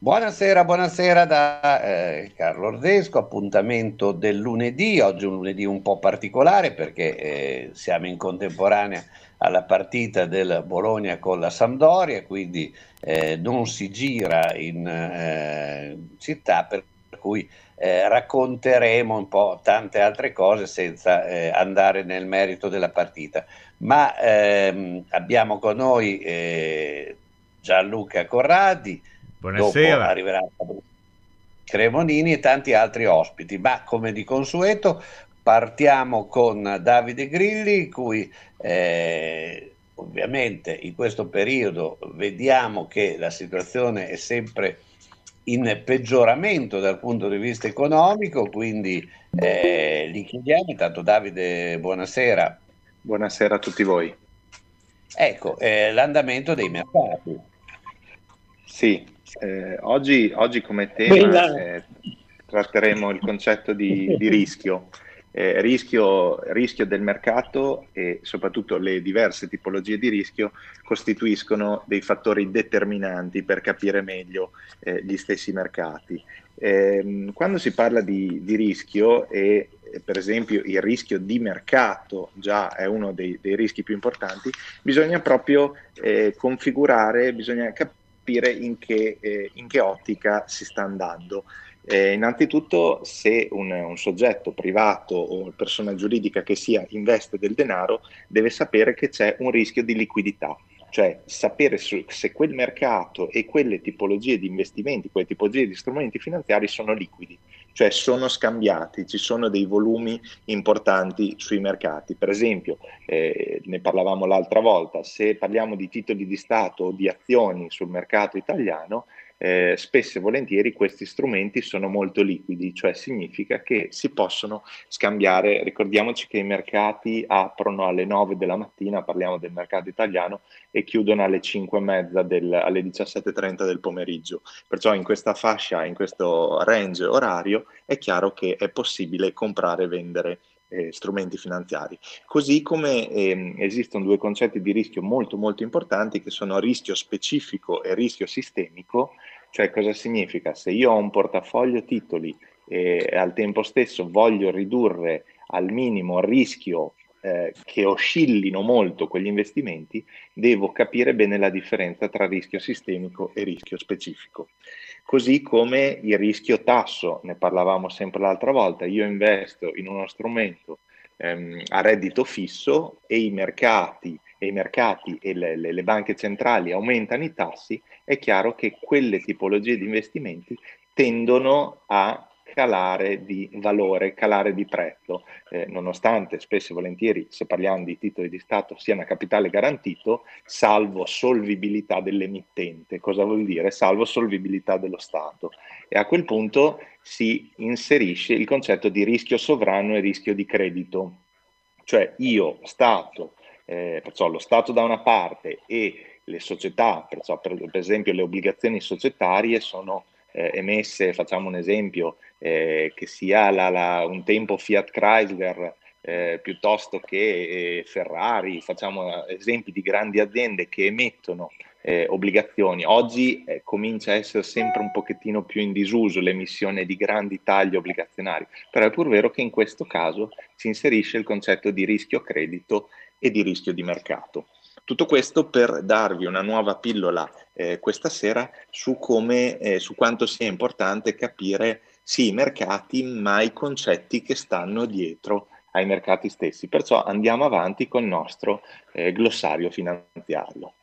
Buonasera, buonasera da Carlo Ordesco, appuntamento del lunedì, oggi è un lunedì un po' particolare perché siamo in contemporanea alla partita del Bologna con la Sampdoria, quindi non si gira in città, per cui racconteremo un po' tante altre cose senza andare nel merito della partita. Ma abbiamo con noi Gianluca Corradi. Dopo Buonasera. arriverà Cremonini e tanti altri ospiti, ma come di consueto partiamo con Davide Grilli, cui ovviamente in questo periodo vediamo che la situazione è sempre in peggioramento dal punto di vista economico, quindi gli chiediamo, intanto Davide, buonasera, Buonasera a tutti voi. ecco, l'andamento dei mercati. Sì, oggi come tema Bella. tratteremo il concetto di rischio. Rischio del mercato e soprattutto le diverse tipologie di rischio costituiscono dei fattori determinanti per capire meglio gli stessi mercati. Quando si parla di rischio per esempio il rischio di mercato già è uno dei rischi più importanti, bisogna proprio configurare, bisogna capire in che ottica si sta andando. Innanzitutto, se un soggetto privato o persona giuridica che sia investe del denaro, deve sapere che c'è un rischio di liquidità, cioè sapere se quel mercato e quelle tipologie di investimenti, quelle tipologie di strumenti finanziari sono liquidi, cioè sono scambiati, ci sono dei volumi importanti sui mercati. Per esempio, ne parlavamo l'altra volta, se parliamo di titoli di Stato o di azioni sul mercato italiano, spesso e volentieri questi strumenti sono molto liquidi, cioè significa che si possono scambiare. Ricordiamoci che i mercati aprono alle 9 della mattina, parliamo del mercato italiano, e chiudono alle 5 e mezza, alle 17:30 del pomeriggio. Perciò in questa fascia, in questo range orario, è chiaro che è possibile comprare e vendere strumenti finanziari. Così come esistono due concetti di rischio molto molto importanti che sono rischio specifico e rischio sistemico, cioè cosa significa? Se io ho un portafoglio titoli e al tempo stesso voglio ridurre al minimo il rischio che oscillino molto quegli investimenti, devo capire bene la differenza tra rischio sistemico e rischio specifico. Così come il rischio tasso, ne parlavamo sempre l'altra volta, io investo in uno strumento a reddito fisso e i mercati e le banche centrali aumentano i tassi, è chiaro che quelle tipologie di investimenti tendono a calare di valore, calare di prezzo, nonostante spesso e volentieri, se parliamo di titoli di Stato, siano a capitale garantito, salvo solvibilità dell'emittente. Cosa vuol dire? Salvo solvibilità dello Stato. E a quel punto si inserisce il concetto di rischio sovrano e rischio di credito. Cioè io, Stato, perciò lo Stato da una parte e le società, perciò per esempio le obbligazioni societarie sono emesse, facciamo un esempio, che sia un tempo Fiat Chrysler piuttosto che Ferrari, facciamo esempi di grandi aziende che emettono obbligazioni. Oggi comincia a essere sempre un pochettino più in disuso l'emissione di grandi tagli obbligazionari, però è pur vero che in questo caso si inserisce il concetto di rischio credito e di rischio di mercato. Tutto questo per darvi una nuova pillola questa sera su su quanto sia importante capire sì i mercati, ma i concetti che stanno dietro ai mercati stessi. Perciò andiamo avanti con il nostro glossario finanziario.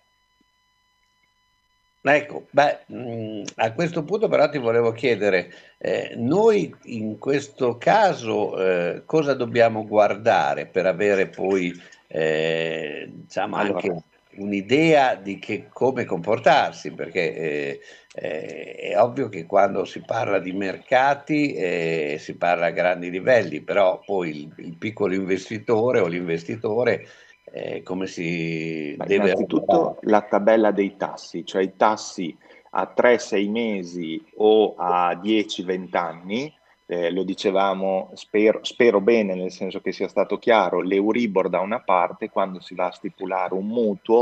Ecco, beh, a questo punto però ti volevo chiedere, noi in questo caso cosa dobbiamo guardare per avere poi, diciamo, anche Allora, un'idea di come comportarsi? Perché è ovvio che quando si parla di mercati si parla a grandi livelli, però poi il piccolo investitore o l'investitore come si ma deve innanzitutto regolare? la tabella dei tassi, cioè i tassi a 3-6 mesi o a 10-20 anni, lo dicevamo, spero bene, nel senso che sia stato chiaro, l'Euribor da una parte, quando si va a stipulare un mutuo,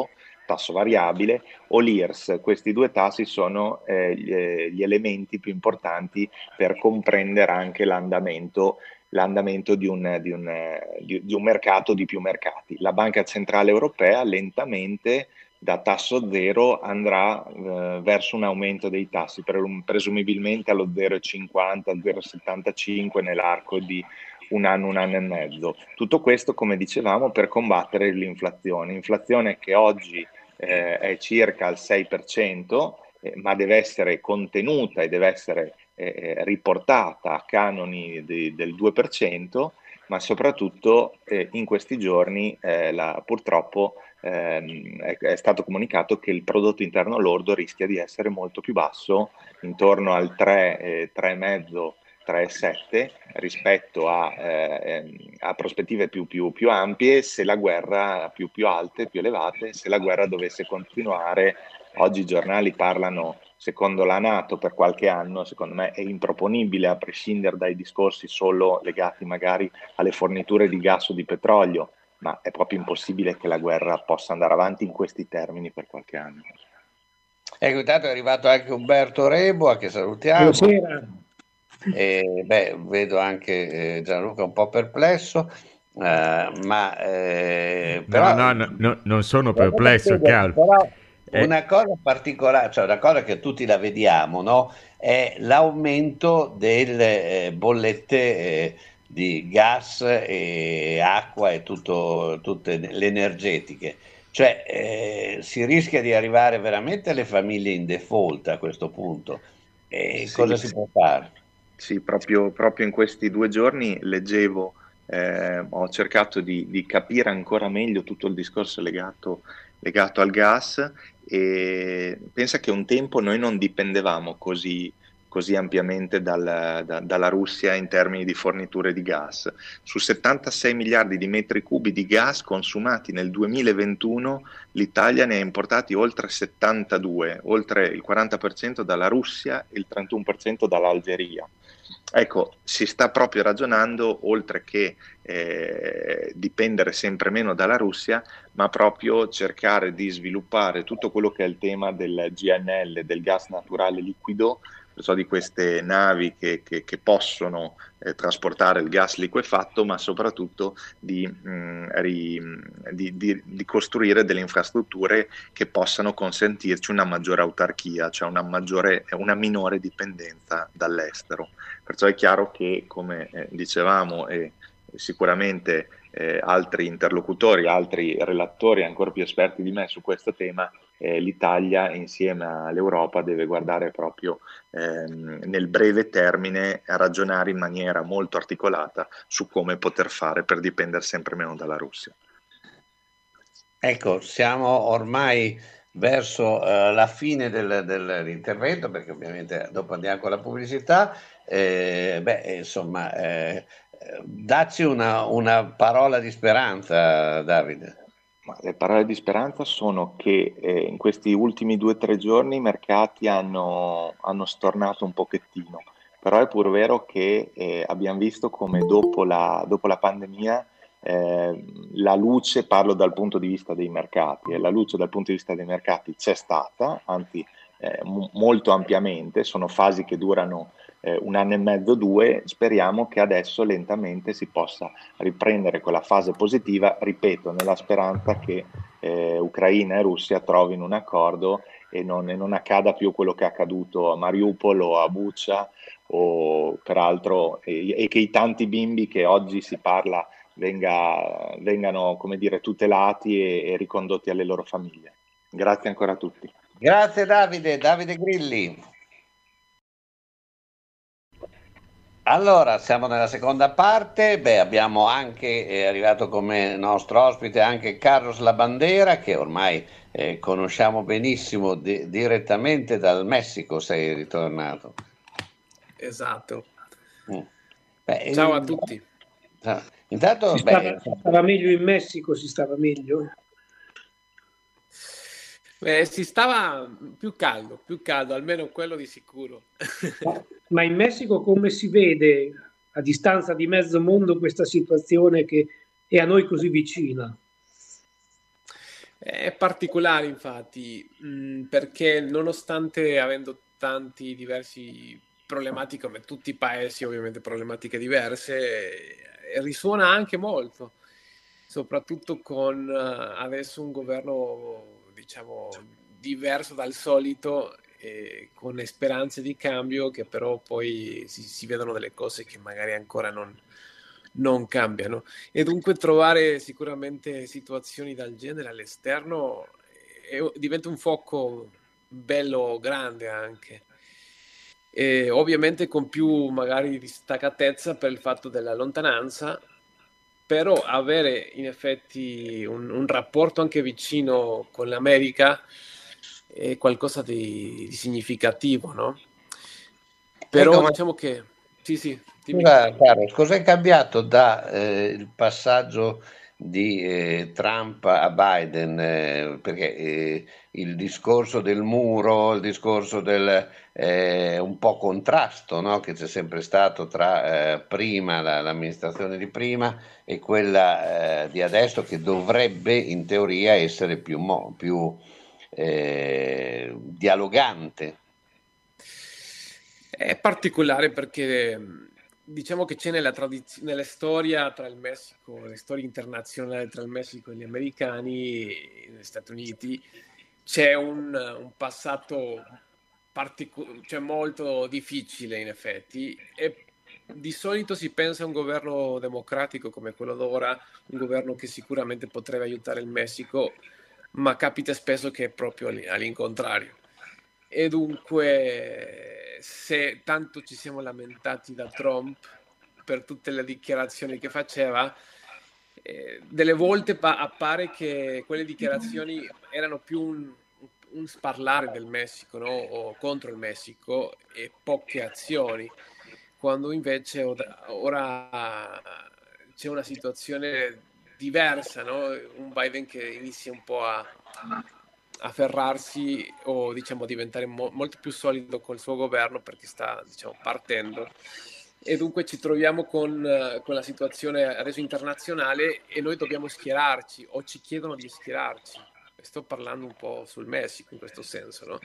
tasso variabile, o l'IRS. Questi due tassi sono gli elementi più importanti per comprendere anche l'andamento di un mercato, di più mercati. La Banca Centrale Europea lentamente da tasso zero andrà verso un aumento dei tassi, presumibilmente allo 0,50, 0,75 nell'arco di un anno e mezzo. Tutto questo, come dicevamo, per combattere l'inflazione. Inflazione che oggi è circa al 6%, ma deve essere contenuta e deve essere riportata a canoni del 2%, ma soprattutto in questi giorni purtroppo è stato comunicato che il prodotto interno lordo rischia di essere molto più basso, intorno al 3, 3,5, 3,7 rispetto a prospettive più ampie, se la guerra più alte, più elevate, se la guerra dovesse continuare. Oggi i giornali parlano, secondo la NATO, per qualche anno. Secondo me è improponibile, a prescindere dai discorsi solo legati magari alle forniture di gas o di petrolio, ma è proprio impossibile che la guerra possa andare avanti in questi termini per qualche anno. Ecco, intanto è arrivato anche Umberto Reboa, che salutiamo. Buonasera. Vedo anche Gianluca un po' perplesso, però no, non sono perplesso, chiaro. Però una cosa particolare, cioè una cosa che tutti la vediamo, no? È l'aumento delle bollette di gas e acqua e tutte le energetiche. Cioè si rischia di arrivare veramente alle famiglie in default a questo punto. Sì, cosa si può fare? Sì, proprio in questi 2 giorni leggevo, ho cercato di capire ancora meglio tutto il discorso legato al gas, e pensa che un tempo noi non dipendevamo così ampiamente dalla Russia in termini di forniture di gas. Su 76 miliardi di metri cubi di gas consumati nel 2021, l'Italia ne ha importati oltre 72, oltre il 40% dalla Russia e il 31% dall'Algeria. Ecco, si sta proprio ragionando, oltre che dipendere sempre meno dalla Russia, ma proprio cercare di sviluppare tutto quello che è il tema del GNL, del gas naturale liquido, di queste navi che possono trasportare il gas liquefatto, ma soprattutto di costruire delle infrastrutture che possano consentirci una maggiore autarchia, cioè una minore dipendenza dall'estero. Perciò è chiaro che, come dicevamo, e sicuramente altri interlocutori, altri relatori ancora più esperti di me su questo tema, l'Italia insieme all'Europa deve guardare proprio nel breve termine, a ragionare in maniera molto articolata su come poter fare per dipendere sempre meno dalla Russia. Ecco, siamo ormai verso la fine dell'intervento, perché ovviamente dopo andiamo con la pubblicità. Dacci una parola di speranza, Davide. Le parole di speranza sono che in questi ultimi 2 o 3 giorni i mercati hanno stornato un pochettino, però è pur vero che abbiamo visto come dopo la pandemia la luce, parlo dal punto di vista dei mercati, e la luce dal punto di vista dei mercati c'è stata, anzi molto ampiamente. Sono fasi che durano 1 anno e mezzo, 2. Speriamo che adesso lentamente si possa riprendere quella fase positiva, ripeto, nella speranza che Ucraina e Russia trovino un accordo e non accada più quello che è accaduto a Mariupol o a Bucha, o peraltro, e che i tanti bimbi che oggi si parla vengano, come dire, tutelati e ricondotti alle loro famiglie. Grazie ancora a tutti. Grazie Davide Grilli. Allora, siamo nella seconda parte. Abbiamo anche, è arrivato come nostro ospite anche Carlos Labandera, che ormai conosciamo benissimo, direttamente dal Messico sei ritornato. Esatto. Ciao a tutti. Intanto stava meglio in Messico, si stava meglio? Si stava più caldo, almeno quello di sicuro. Ma in Messico come si vede a distanza di mezzo mondo questa situazione che è a noi così vicina? È particolare infatti, perché nonostante avendo tanti diversi problematiche, come tutti i paesi, ovviamente problematiche diverse, risuona anche molto, soprattutto con adesso un governo, diciamo, diverso dal solito, e con speranze di cambio che però poi si vedono delle cose che magari ancora non cambiano. E dunque trovare sicuramente situazioni del genere all'esterno diventa un fuoco bello grande anche. E ovviamente con più magari distacatezza per il fatto della lontananza, però avere in effetti un rapporto anche vicino con l'America è qualcosa di significativo, no? Ecco, Però ma diciamo che sì, dimmi. scusa, Carlo, cos'è cambiato da il passaggio di Trump a Biden? Perché il discorso del muro, il discorso del un po' contrasto, no? Che c'è sempre stato tra prima l'amministrazione di prima e quella di adesso, che dovrebbe in teoria essere più dialogante. È particolare perché diciamo che c'è nella storia tra il Messico, le storie internazionali tra il Messico e gli americani, negli Stati Uniti, c'è un passato cioè molto difficile in effetti, e di solito si pensa a un governo democratico come quello d'ora, un governo che sicuramente potrebbe aiutare il Messico, ma capita spesso che è proprio all'incontrario. E dunque, se tanto ci siamo lamentati da Trump per tutte le dichiarazioni che faceva, delle volte appare che quelle dichiarazioni erano più un sparlare del Messico, no? O contro il Messico, e poche azioni, quando invece ora c'è una situazione diversa, no? Un Biden che inizia un po' a ferrarsi, o diciamo a diventare molto più solido col suo governo, perché sta, diciamo, partendo, e dunque ci troviamo con la situazione adesso internazionale e noi dobbiamo schierarci, o ci chiedono di schierarci. Sto parlando un po' sul Messico in questo senso, no?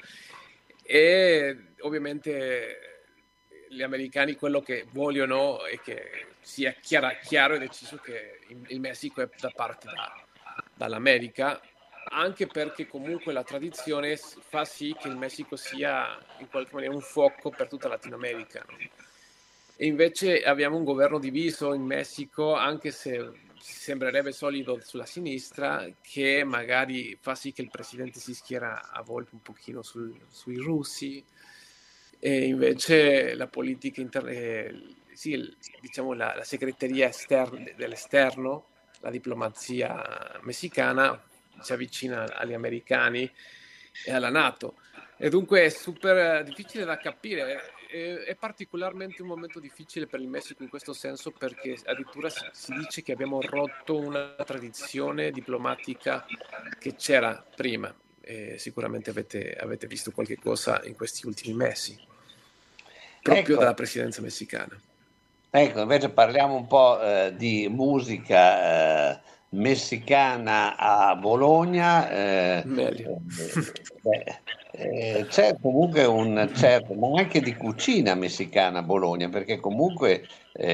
E ovviamente gli americani quello che vogliono è che sia chiaro e deciso che il Messico è da parte dall'America, anche perché comunque la tradizione fa sì che il Messico sia in qualche maniera un fuoco per tutta Latino America, no? E invece abbiamo un governo diviso in Messico, anche se sembrerebbe solido sulla sinistra, che magari fa sì che il presidente si schiera a volte un pochino sui russi, e invece la politica interna, sì, diciamo la segreteria dell'esterno, la diplomazia messicana, si avvicina agli americani e alla NATO. E dunque è super difficile da capire. È particolarmente un momento difficile per il Messico in questo senso, perché addirittura si dice che abbiamo rotto una tradizione diplomatica che c'era prima. Sicuramente avete visto qualche cosa in questi ultimi mesi, proprio Ecco, dalla presidenza messicana. ecco, invece parliamo un po' di musica messicana a Bologna. Meglio. Beh, c'è comunque un certo, ma anche di cucina messicana a Bologna, perché comunque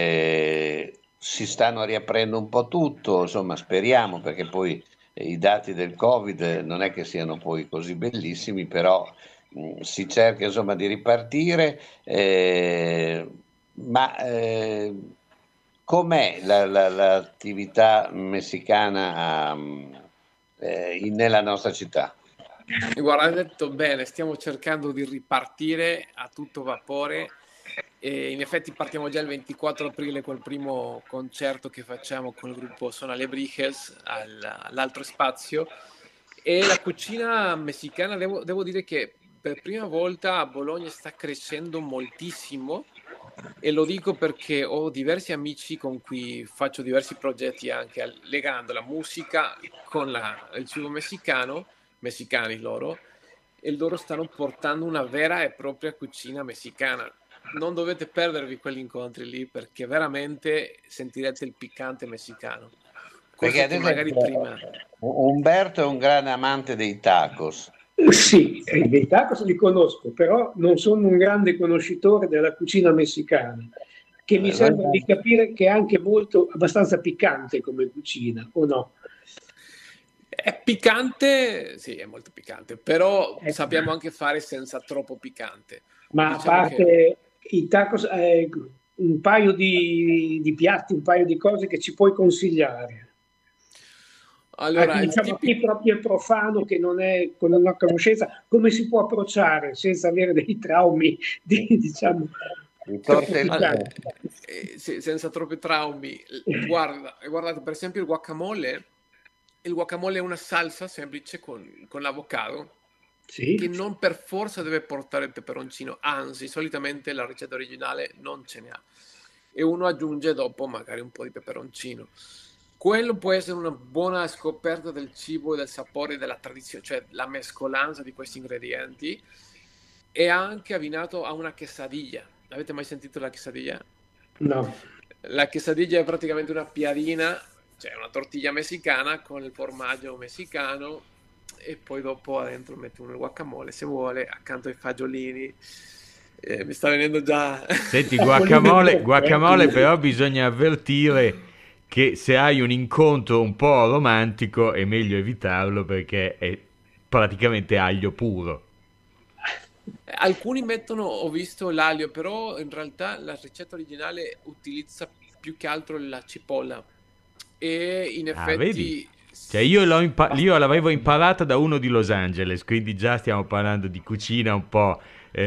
si stanno riaprendo un po' tutto, insomma, speriamo, perché poi i dati del Covid non è che siano poi così bellissimi, però si cerca insomma di ripartire. Ma com'è l'attività messicana nella nostra città? Guarda, hai detto bene, stiamo cercando di ripartire a tutto vapore, e in effetti partiamo già il 24 aprile col primo concerto che facciamo con il gruppo Son Alebrijes all'Altro Spazio. E la cucina messicana, devo dire che per prima volta a Bologna sta crescendo moltissimo, e lo dico perché ho diversi amici con cui faccio diversi progetti, anche legando la musica con il cibo messicani loro, e loro stanno portando una vera e propria cucina messicana. Non dovete perdervi quegli incontri lì, perché veramente sentirete il piccante messicano. Perché ad magari prima... Umberto è un grande amante dei tacos. Sì, dei tacos li conosco, però non sono un grande conoscitore della cucina messicana, che mi sembra di capire che è anche abbastanza piccante come cucina, o no? È piccante, sì, è molto piccante, però sappiamo anche fare senza troppo piccante. Ma diciamo a parte i tacos, un paio di piatti, un paio di cose che ci puoi consigliare. Allora, diciamo chi proprio è profano, che non è con una conoscenza, come si può approcciare senza avere dei traumi, diciamo, senza troppi traumi. Guardate, per esempio il guacamole è una salsa semplice con l'avocado, sì, che non per forza deve portare il peperoncino, anzi solitamente la ricetta originale non ce ne ha, e uno aggiunge dopo magari un po' di peperoncino. Quello può essere una buona scoperta del cibo e del sapore della tradizione, cioè la mescolanza di questi ingredienti. È anche abbinato a una quesadilla. Avete mai sentito la quesadilla? No. La quesadilla è praticamente una piadina, cioè una tortiglia messicana con il formaggio messicano, e poi dopo dentro metti un guacamole se vuole, accanto ai fagiolini. Mi sta venendo già... Senti, guacamole però bisogna avvertire che se hai un incontro un po' romantico è meglio evitarlo, perché è praticamente aglio puro. Alcuni mettono, ho visto l'aglio, però in realtà la ricetta originale utilizza più che altro la cipolla, e in effetti... Vedi? Cioè io l'avevo imparata da uno di Los Angeles, quindi già stiamo parlando di cucina un po'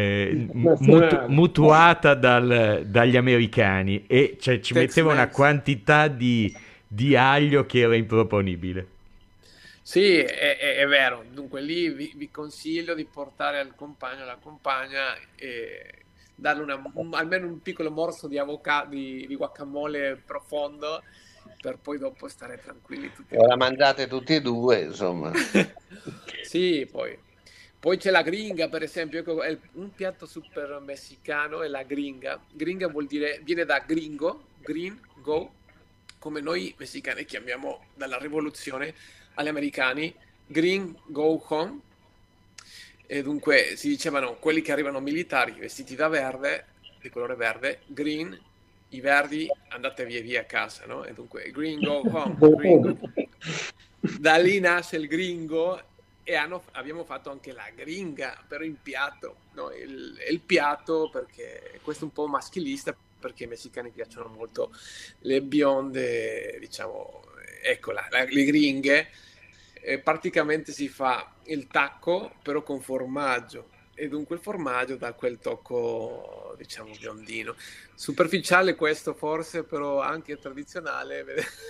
mutuata dagli americani, e cioè, ci metteva una quantità di aglio che era improponibile. Sì, è vero. Dunque lì vi consiglio di portare al compagno, alla compagna, e darle almeno un piccolo morso di avocado, di guacamole profondo, per poi dopo stare tranquilli tutti. La mangiate tutti e due, insomma. Sì, poi c'è la gringa, per esempio. Ecco, è un piatto super messicano, è la gringa. Gringa vuol dire, viene da gringo, green, go, come noi messicani chiamiamo dalla rivoluzione agli americani, green, go home. E dunque si dicevano quelli che arrivano militari vestiti da verde, di colore verde, green, i verdi andate via a casa, no? E dunque green, go home, gringo. Da lì nasce il gringo, e abbiamo fatto anche la gringa, però in piatto, no? Il piatto, perché questo è un po' maschilista, perché ai messicani piacciono molto le bionde, diciamo, ecco, le gringhe. Praticamente si fa il tacco però con formaggio, e dunque il formaggio dà quel tocco, diciamo, biondino. Superficiale questo forse, però anche tradizionale.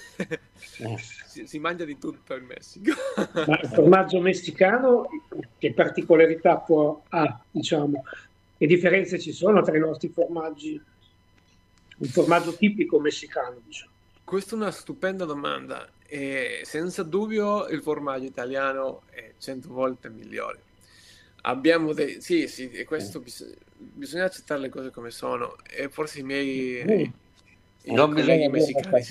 Si mangia di tutto in Messico. Ma il formaggio messicano, che particolarità ha, diciamo, che differenze ci sono tra i nostri formaggi? Un formaggio tipico messicano, diciamo. Questa è una stupenda domanda, e senza dubbio il formaggio italiano è 100 volte migliore. Abbiamo sì, e questo bisogna accettare le cose come sono, e forse i miei colleghi messicani.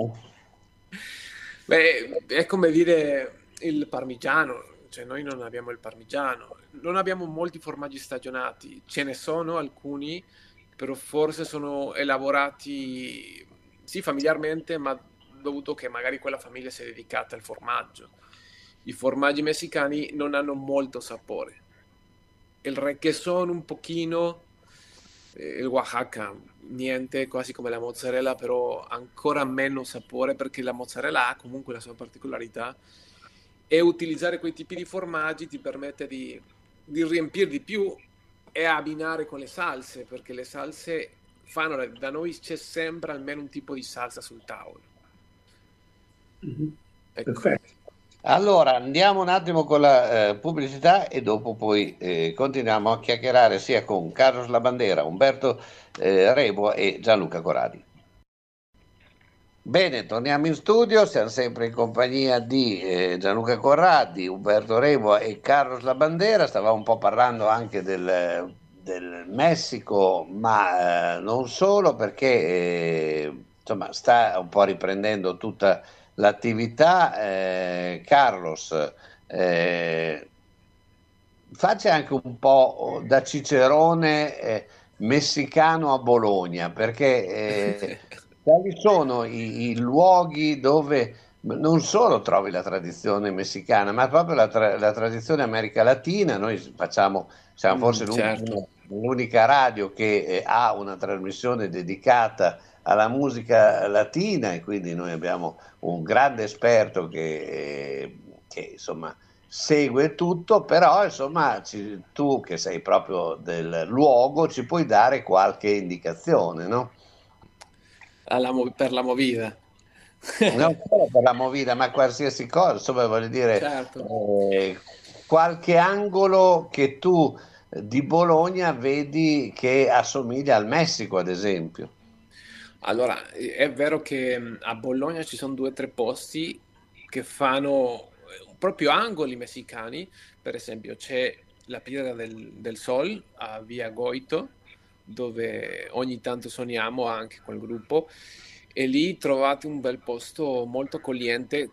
Beh, è come dire il parmigiano, cioè noi non abbiamo il parmigiano, non abbiamo molti formaggi stagionati, ce ne sono alcuni, però forse sono elaborati sì familiarmente, ma dovuto che magari quella famiglia si è dedicata al formaggio. I formaggi messicani non hanno molto sapore. Il requesón un pochino, il Oaxaca niente, quasi come la mozzarella, però ancora meno sapore, perché la mozzarella ha comunque la sua particolarità, e utilizzare quei tipi di formaggi ti permette di riempire di più e abbinare con le salse, perché le salse fanno, da noi c'è sempre almeno un tipo di salsa sul tavolo. Ecco. Perfetto. Allora andiamo un attimo con la pubblicità, e dopo poi continuiamo a chiacchierare sia con Carlos Labandera, Umberto Rebo e Gianluca Corradi. Bene, torniamo in studio, siamo sempre in compagnia di Gianluca Corradi, Umberto Rebo e Carlos Labandera. Stavamo un po' parlando anche del Messico, ma non solo, perché insomma sta un po' riprendendo tutta l'attività, Carlos, faccia anche un po' da cicerone messicano a Bologna, perché quali sono i luoghi dove non solo trovi la tradizione messicana, ma proprio la tradizione America Latina. Noi siamo forse certo. l'unica radio che ha una trasmissione dedicata alla musica latina, e quindi noi abbiamo un grande esperto che insomma segue tutto, però insomma tu che sei proprio del luogo ci puoi dare qualche indicazione, no? Per la movida. Non solo per la movida, ma qualsiasi cosa, insomma, voglio dire, Certo. qualche angolo che tu di Bologna vedi che assomiglia al Messico, ad esempio. Allora, è vero che a Bologna ci sono 2 o 3 posti che fanno proprio angoli messicani. Per esempio, c'è la Piedra del Sol a Via Goito, dove ogni tanto suoniamo anche col gruppo, e lì trovate un bel posto molto accogliente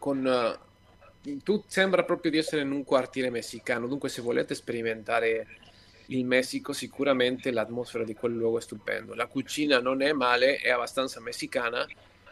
tu sembra proprio di essere in un quartiere messicano. Dunque, se volete sperimentare il Messico, sicuramente l'atmosfera di quel luogo è stupendo. La cucina non è male, è abbastanza messicana,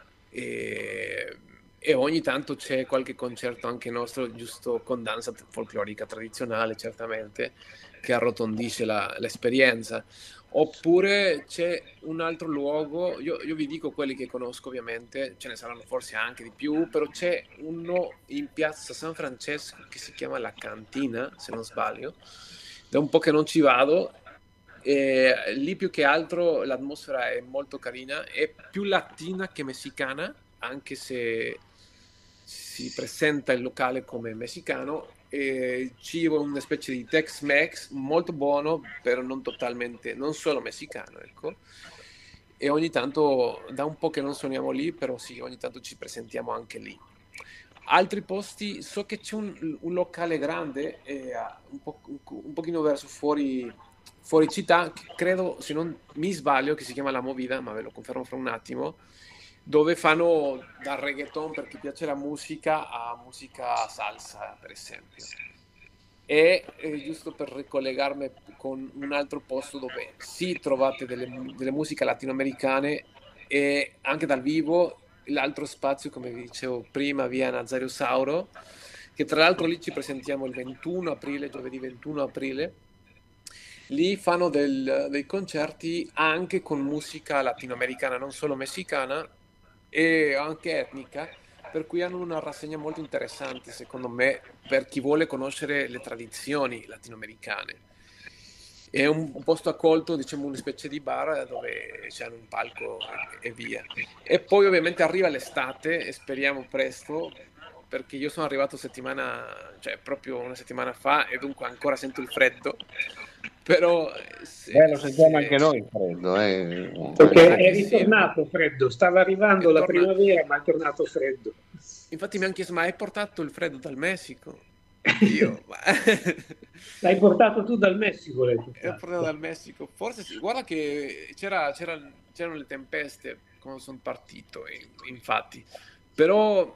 e, e ogni tanto c'è qualche concerto anche nostro, giusto con danza folclorica tradizionale, certamente, che arrotondisce l'esperienza. Oppure c'è un altro luogo, io vi dico quelli che conosco ovviamente, ce ne saranno forse anche di più, però c'è uno in piazza San Francesco che si chiama La Cantina, se non sbaglio. Da un po' che non ci vado, e lì più che altro l'atmosfera è molto carina, è più latina che messicana, anche se si presenta il locale come messicano. E il cibo è una specie di Tex-Mex molto buono, però non totalmente, non solo messicano, ecco. E ogni tanto, da un po' che non suoniamo lì, però sì, ogni tanto ci presentiamo anche lì. Altri posti, so che c'è un locale grande, un pochino verso fuori città, che credo, se non mi sbaglio, che si chiama La Movida, ma ve lo confermo fra un attimo, dove fanno dal reggaeton, per chi piace la musica, a musica salsa, per esempio. E giusto per ricollegarmi con un altro posto dove sì trovate delle musiche latinoamericane e anche dal vivo, l'altro spazio, come vi dicevo prima, via Nazario Sauro, che tra l'altro lì ci presentiamo il 21 aprile, giovedì 21 aprile. Lì fanno dei concerti anche con musica latinoamericana, non solo messicana, e anche etnica, per cui hanno una rassegna molto interessante, secondo me, per chi vuole conoscere le tradizioni latinoamericane. È un posto accolto, diciamo una specie di bar dove c'è un palco e via. E poi ovviamente arriva l'estate e speriamo presto, perché io sono arrivato cioè proprio una settimana fa, e dunque ancora sento il freddo. Però Lo sentiamo anche noi il freddo. Perché è sì, ritornato freddo, stava arrivando la primavera, ma è tornato freddo. infatti mi hanno chiesto, ma hai portato il freddo dal Messico? Io, L'hai portato tu dal Messico, l'hai Ero portato dal Messico, forse sì. Guarda che c'erano le tempeste quando sono partito, infatti. Però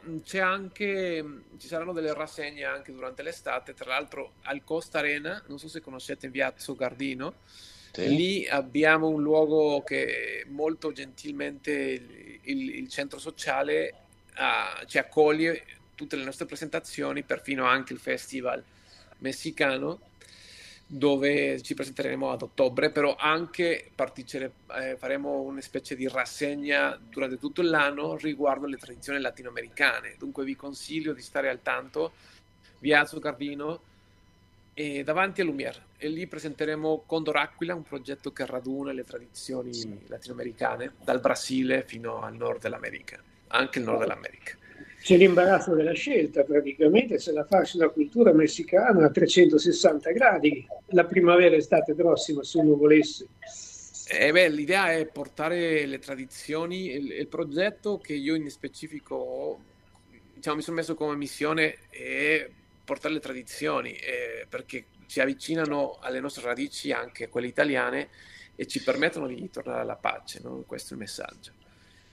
ci saranno delle rassegne anche durante l'estate, tra l'altro al Costa Arena, non so se conoscete Viazzo Gardino. Sì. Lì abbiamo un luogo che molto gentilmente il centro sociale ci accoglie tutte le nostre presentazioni, perfino anche il festival messicano, dove ci presenteremo ad ottobre, però anche faremo una specie di rassegna durante tutto l'anno riguardo le tradizioni latinoamericane. Dunque vi consiglio di stare al tanto, via Gardino e davanti a Lumière, e lì presenteremo Condor Aquila, un progetto che raduna le tradizioni latinoamericane dal Brasile fino al nord dell'America, anche il nord dell'America. C'è l'imbarazzo della scelta, praticamente se la fai sulla cultura messicana a 360 gradi, la primavera estate prossima, se uno volesse. L'idea è portare le tradizioni. Il progetto che io in specifico diciamo, mi sono messo come missione è portare le tradizioni, perché ci avvicinano alle nostre radici, anche quelle italiane, e ci permettono di tornare alla pace, no? Questo è il messaggio.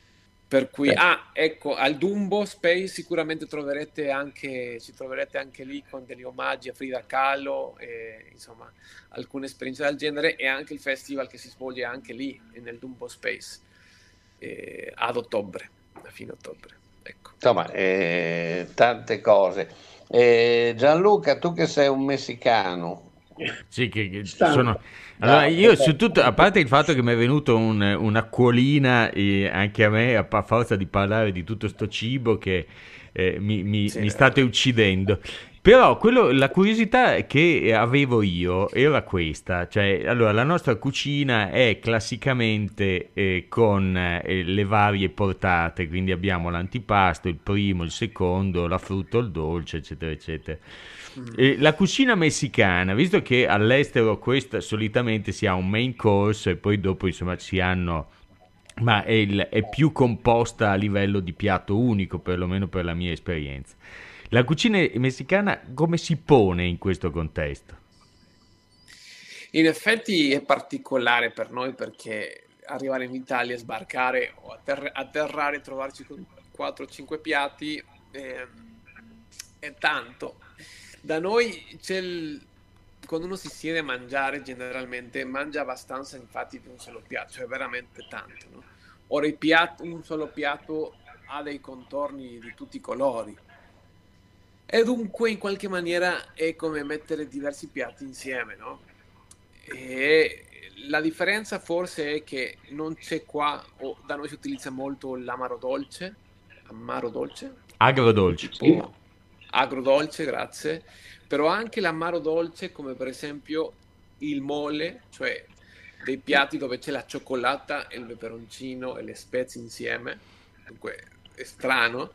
Per cui, ecco, al Dumbo Space sicuramente ci troverete anche lì con degli omaggi a Frida Kahlo e insomma alcune esperienze del genere, e anche il festival che si svolge anche lì nel Dumbo Space ad ottobre, a fine ottobre. Ecco. Insomma, tante cose. Gianluca, tu che sei un messicano. Sì, che sono... Allora, io su tutto, a parte il fatto che mi è venuto un'acquolina anche a me, a forza di parlare di tutto sto cibo che mi state uccidendo. Però la curiosità che avevo io era questa, cioè, allora, la nostra cucina è classicamente con le varie portate, quindi abbiamo l'antipasto, il primo, il secondo, la frutta, il dolce, eccetera, eccetera. La cucina messicana, visto che all'estero questa solitamente si ha un main course e poi dopo insomma si hanno, ma è più composta a livello di piatto unico, perlomeno per la mia esperienza. La cucina messicana come si pone in questo contesto? In effetti è particolare per noi, perché arrivare in Italia, sbarcare o atterrare e trovarci con 4-5 piatti è tanto. Da noi quando uno si siede a mangiare, generalmente mangia abbastanza, infatti, di un solo piatto, cioè veramente tanto, no? Ora un solo piatto ha dei contorni di tutti i colori, e dunque in qualche maniera è come mettere diversi piatti insieme, no? E la differenza forse è che non c'è qua, o da noi si utilizza molto l'amaro dolce, Agrodolce. tipo agrodolce, grazie, però anche l'amaro dolce, come per esempio il mole, cioè dei piatti dove c'è la cioccolata e il peperoncino e le spezie insieme, dunque è strano,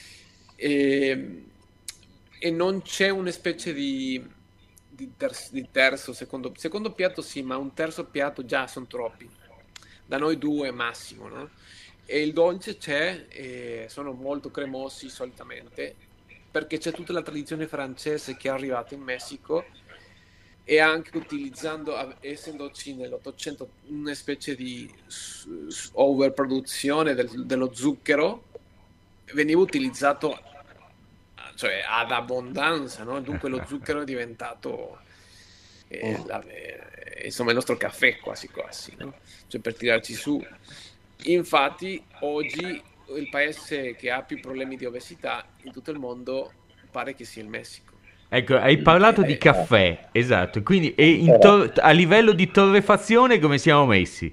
e non c'è una specie di terzo, secondo piatto, sì, ma un terzo piatto già sono troppi, da noi 2 massimo, no? E il dolce c'è, sono molto cremosi solitamente, perché c'è tutta la tradizione francese che è arrivata in Messico, e anche essendoci nell'Ottocento una specie di overproduzione dello zucchero, veniva utilizzato, cioè, ad abbondanza, no? Dunque lo zucchero è diventato insomma il nostro caffè quasi quasi, no? Cioè, per tirarci su. Infatti oggi il paese che ha più problemi di obesità in tutto il mondo pare che sia il Messico. Ecco, hai parlato di caffè, esatto, quindi a livello di torrefazione come siamo messi?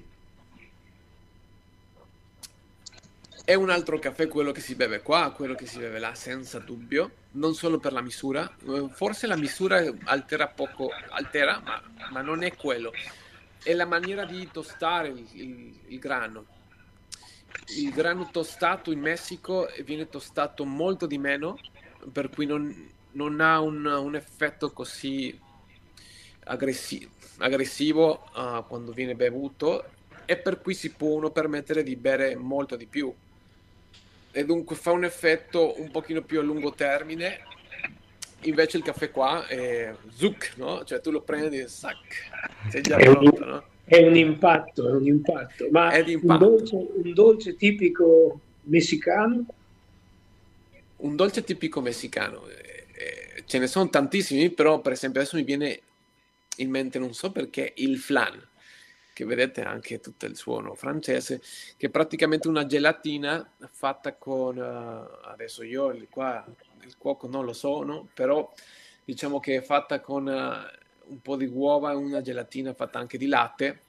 È un altro caffè quello che si beve qua, quello che si beve là, senza dubbio, non solo per la misura, forse la misura altera, ma non è quello, è la maniera di tostare il grano. Il grano tostato in Messico viene tostato molto di meno, per cui non ha un effetto così aggressivo quando viene bevuto, e per cui si può uno permettere di bere molto di più, e dunque fa un effetto un pochino più a lungo termine. Invece il caffè qua è zuc, no? Cioè tu lo prendi e sac, sei già pronto, no? È un impatto, ma È di impatto. Un dolce tipico messicano? Un dolce tipico messicano, ce ne sono tantissimi, però per esempio adesso mi viene in mente, non so perché, il flan, che vedete anche tutto il suono francese, che è praticamente una gelatina fatta con, adesso io qua il cuoco non lo sono, però diciamo che è fatta con un po' di uova e una gelatina fatta anche di latte,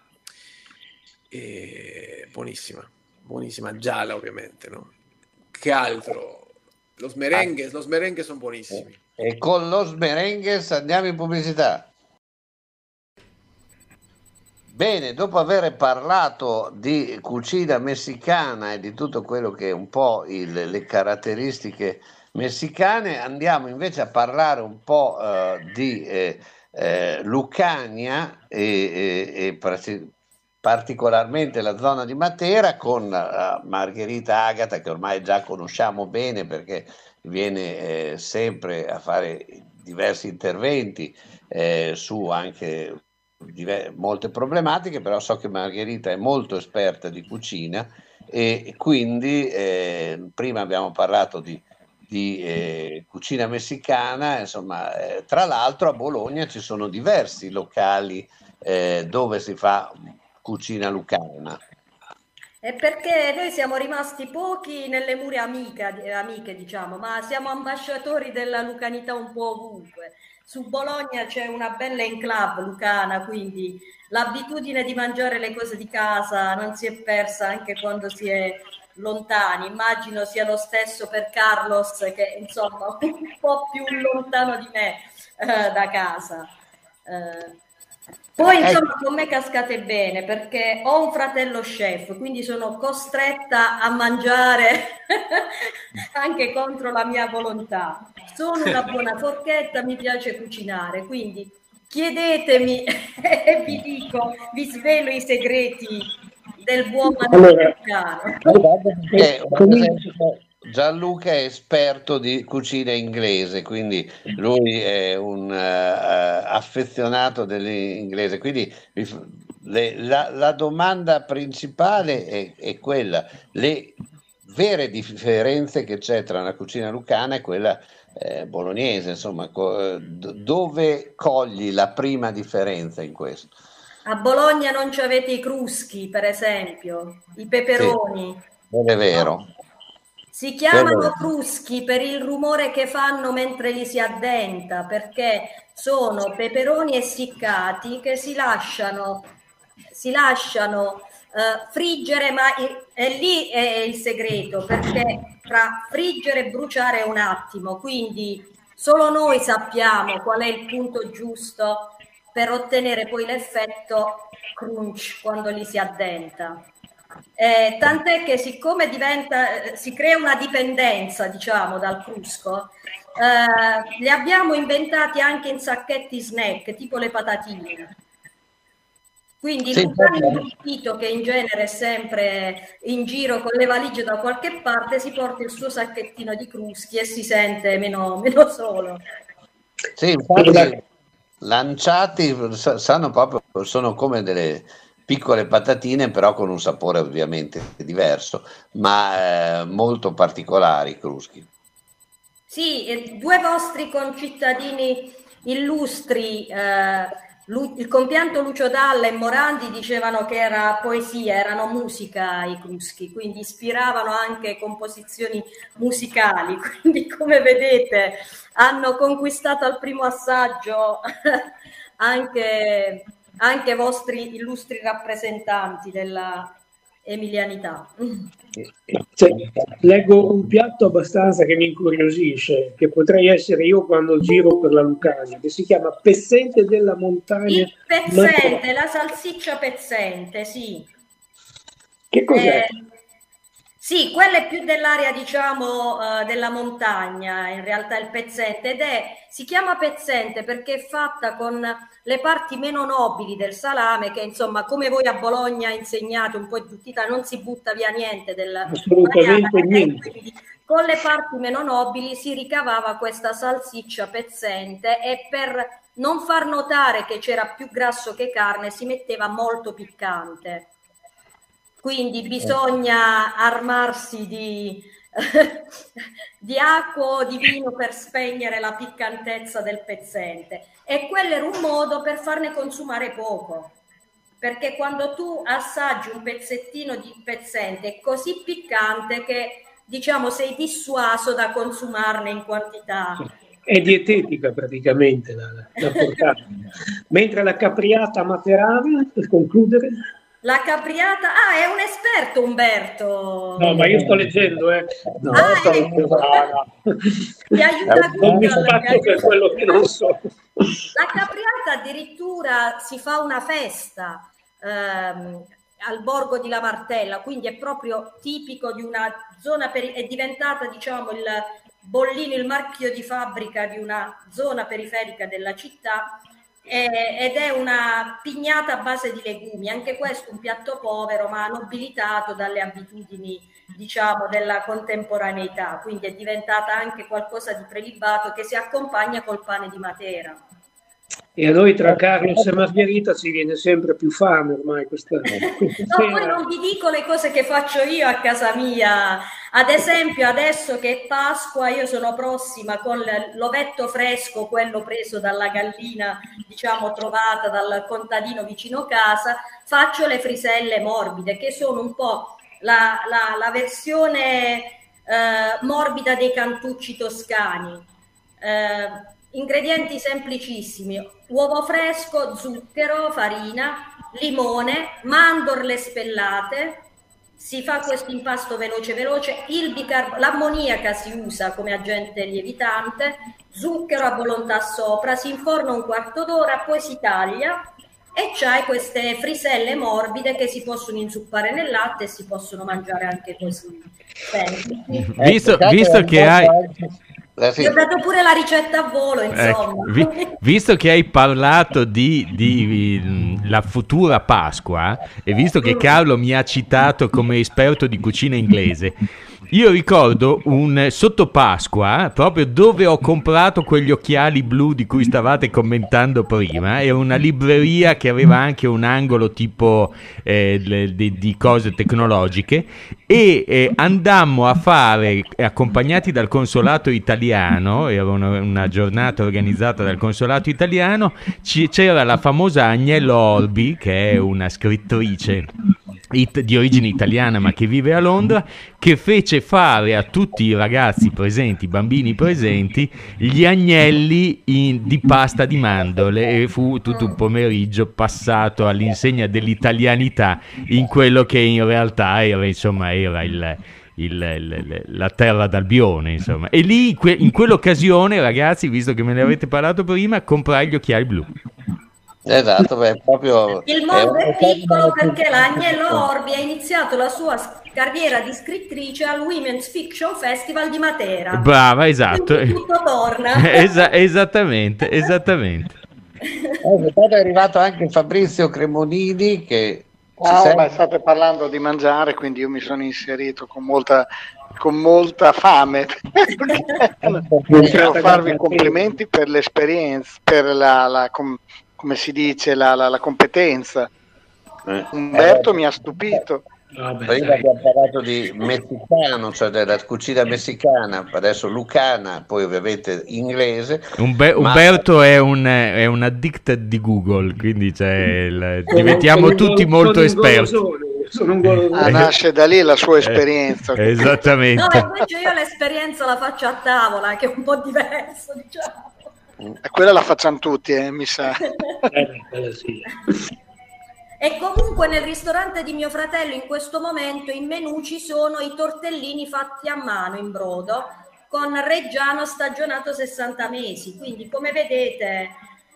e buonissima, gialla ovviamente, no? Che altro? Los merengues sono buonissimi. E con los merengues andiamo in pubblicità. Bene, dopo aver parlato di cucina messicana e di tutto quello che è un po' le caratteristiche messicane, andiamo invece a parlare un po' di Lucania e particolarmente la zona di Matera, con Margherita Agata, che ormai già conosciamo bene perché viene sempre a fare diversi interventi su anche molte problematiche, però so che Margherita è molto esperta di cucina e quindi prima abbiamo parlato di cucina messicana, insomma, tra l'altro a Bologna ci sono diversi locali dove si fa cucina lucana. È perché noi siamo rimasti pochi nelle mura amiche, diciamo, ma siamo ambasciatori della lucanità un po' ovunque. Su Bologna c'è una bella enclave lucana, quindi l'abitudine di mangiare le cose di casa non si è persa anche quando si è lontani. Immagino sia lo stesso per Carlos, che insomma un po' più lontano di me da casa. Poi insomma con me cascate bene perché ho un fratello chef, quindi sono costretta a mangiare anche contro la mia volontà. Sono una buona forchetta, mi piace cucinare, quindi chiedetemi e vi dico, vi svelo i segreti del buon messicano. Gianluca è esperto di cucina inglese, quindi lui è un affezionato dell'inglese, quindi la domanda principale è quella: le vere differenze che c'è tra una cucina lucana e quella bolognese, insomma, dove cogli la prima differenza in questo? A Bologna non ci avete i cruschi, per esempio, i peperoni. Sì, non è vero. Si chiamano cruschi per il rumore che fanno mentre li si addenta, perché sono peperoni essiccati che si lasciano friggere, ma lì è il segreto, perché tra friggere e bruciare è un attimo, quindi solo noi sappiamo qual è il punto giusto per ottenere poi l'effetto crunch quando li si addenta. Tant'è che siccome si crea una dipendenza, diciamo, dal crusco, li abbiamo inventati anche in sacchetti snack, tipo le patatine. Quindi il lucano che in genere è sempre in giro con le valigie da qualche parte, si porta il suo sacchettino di cruschi e si sente meno solo. Sì, infatti lanciati sanno proprio, sono come delle piccole patatine, però con un sapore ovviamente diverso, ma molto particolari i cruschi. Sì, due vostri concittadini illustri, il compianto Lucio Dalla e Morandi, dicevano che era poesia, erano musica i cruschi, quindi ispiravano anche composizioni musicali, quindi come vedete hanno conquistato al primo assaggio anche vostri illustri rappresentanti della emilianità. Leggo un piatto abbastanza che mi incuriosisce, che potrei essere io quando giro per la Lucania, che si chiama pezzente della montagna. Il pezzente, la salsiccia pezzente, sì. Che cos'è? Sì, quella è più dell'area, diciamo, della montagna, in realtà il pezzente, si chiama pezzente perché è fatta con le parti meno nobili del salame, che insomma, come voi a Bologna insegnate un po' in tutta Italia, non si butta via niente assolutamente niente. Quindi, con le parti meno nobili si ricavava questa salsiccia pezzente e per non far notare che c'era più grasso che carne si metteva molto piccante. Quindi bisogna armarsi di acqua o di vino per spegnere la piccantezza del pezzente, e quello era un modo per farne consumare poco, perché quando tu assaggi un pezzettino di pezzente è così piccante che, diciamo, sei dissuaso da consumarne in quantità. È dietetica praticamente la portata. Mentre la capriata materana, per concludere... La capriata, è un esperto Umberto. No, ma io sto leggendo, No, Ti aiuta non mi spazio per quello che non so. La capriata addirittura si fa una festa al borgo di La Martella, quindi è proprio tipico di una zona, è diventata, diciamo, il bollino, il marchio di fabbrica di una zona periferica della città. Ed è una pignata a base di legumi, anche questo un piatto povero ma nobilitato dalle abitudini, diciamo, della contemporaneità, quindi è diventata anche qualcosa di prelibato che si accompagna col pane di Matera. E a noi tra Carlos e Margherita ci viene sempre più fame ormai questa No, poi non vi dico le cose che faccio io a casa mia. Ad esempio, adesso che è Pasqua, io sono prossima con l'ovetto fresco, quello preso dalla gallina, diciamo, trovata dal contadino vicino casa, faccio le friselle morbide, che sono un po' la versione morbida dei cantucci toscani. Ingredienti semplicissimi: uovo fresco, zucchero, farina, limone, mandorle spellate. Si fa questo impasto veloce, l'ammoniaca si usa come agente lievitante, zucchero a volontà sopra, si inforna un quarto d'ora, poi si taglia e c'hai queste friselle morbide che si possono inzuppare nel latte e si possono mangiare anche così. Visto che hai... Sì. Ho dato pure la ricetta a volo, insomma. Visto che hai parlato di la futura Pasqua e visto che Carlo mi ha citato come esperto di cucina inglese, io ricordo un sotto Pasqua, proprio dove ho comprato quegli occhiali blu di cui stavate commentando prima, era una libreria che aveva anche un angolo tipo di cose tecnologiche, e andammo a fare, accompagnati dal consolato italiano, era una giornata organizzata dal consolato italiano, c'era la famosa Agnello Orbi, che è una scrittrice di origine italiana ma che vive a Londra, che fece fare a tutti i ragazzi presenti, i bambini presenti, gli agnelli di pasta di mandorle, e fu tutto un pomeriggio passato all'insegna dell'italianità in quello che in realtà era, insomma, era la terra d'Albione, insomma. E lì in quell'occasione, ragazzi, visto che me ne avete parlato prima, comprai gli occhiali blu. Esatto, proprio il mondo è piccolo perché l'Agnello Orbi ha iniziato la sua carriera di scrittrice al Women's Fiction Festival di Matera. Brava, esatto. Quindi tutto torna. Esattamente. È arrivato anche Fabrizio Cremonini che... ma state parlando di mangiare, quindi io mi sono inserito con molta fame. Devo farvi complimenti per l'esperienza, per come si dice, la competenza. Umberto mi ha stupito. Prima abbiamo parlato di messicano, cioè della cucina messicana, adesso lucana, poi ovviamente inglese. Umberto è un addicted di Google, quindi diventiamo tutti molto esperti. Nasce da lì la sua esperienza. Esattamente. No, invece io l'esperienza la faccio a tavola, che è un po' diverso, diciamo. E quella la facciamo tutti, mi sa. Sì. E comunque nel ristorante di mio fratello in questo momento in menù ci sono i tortellini fatti a mano in brodo con reggiano stagionato 60 mesi, quindi come vedete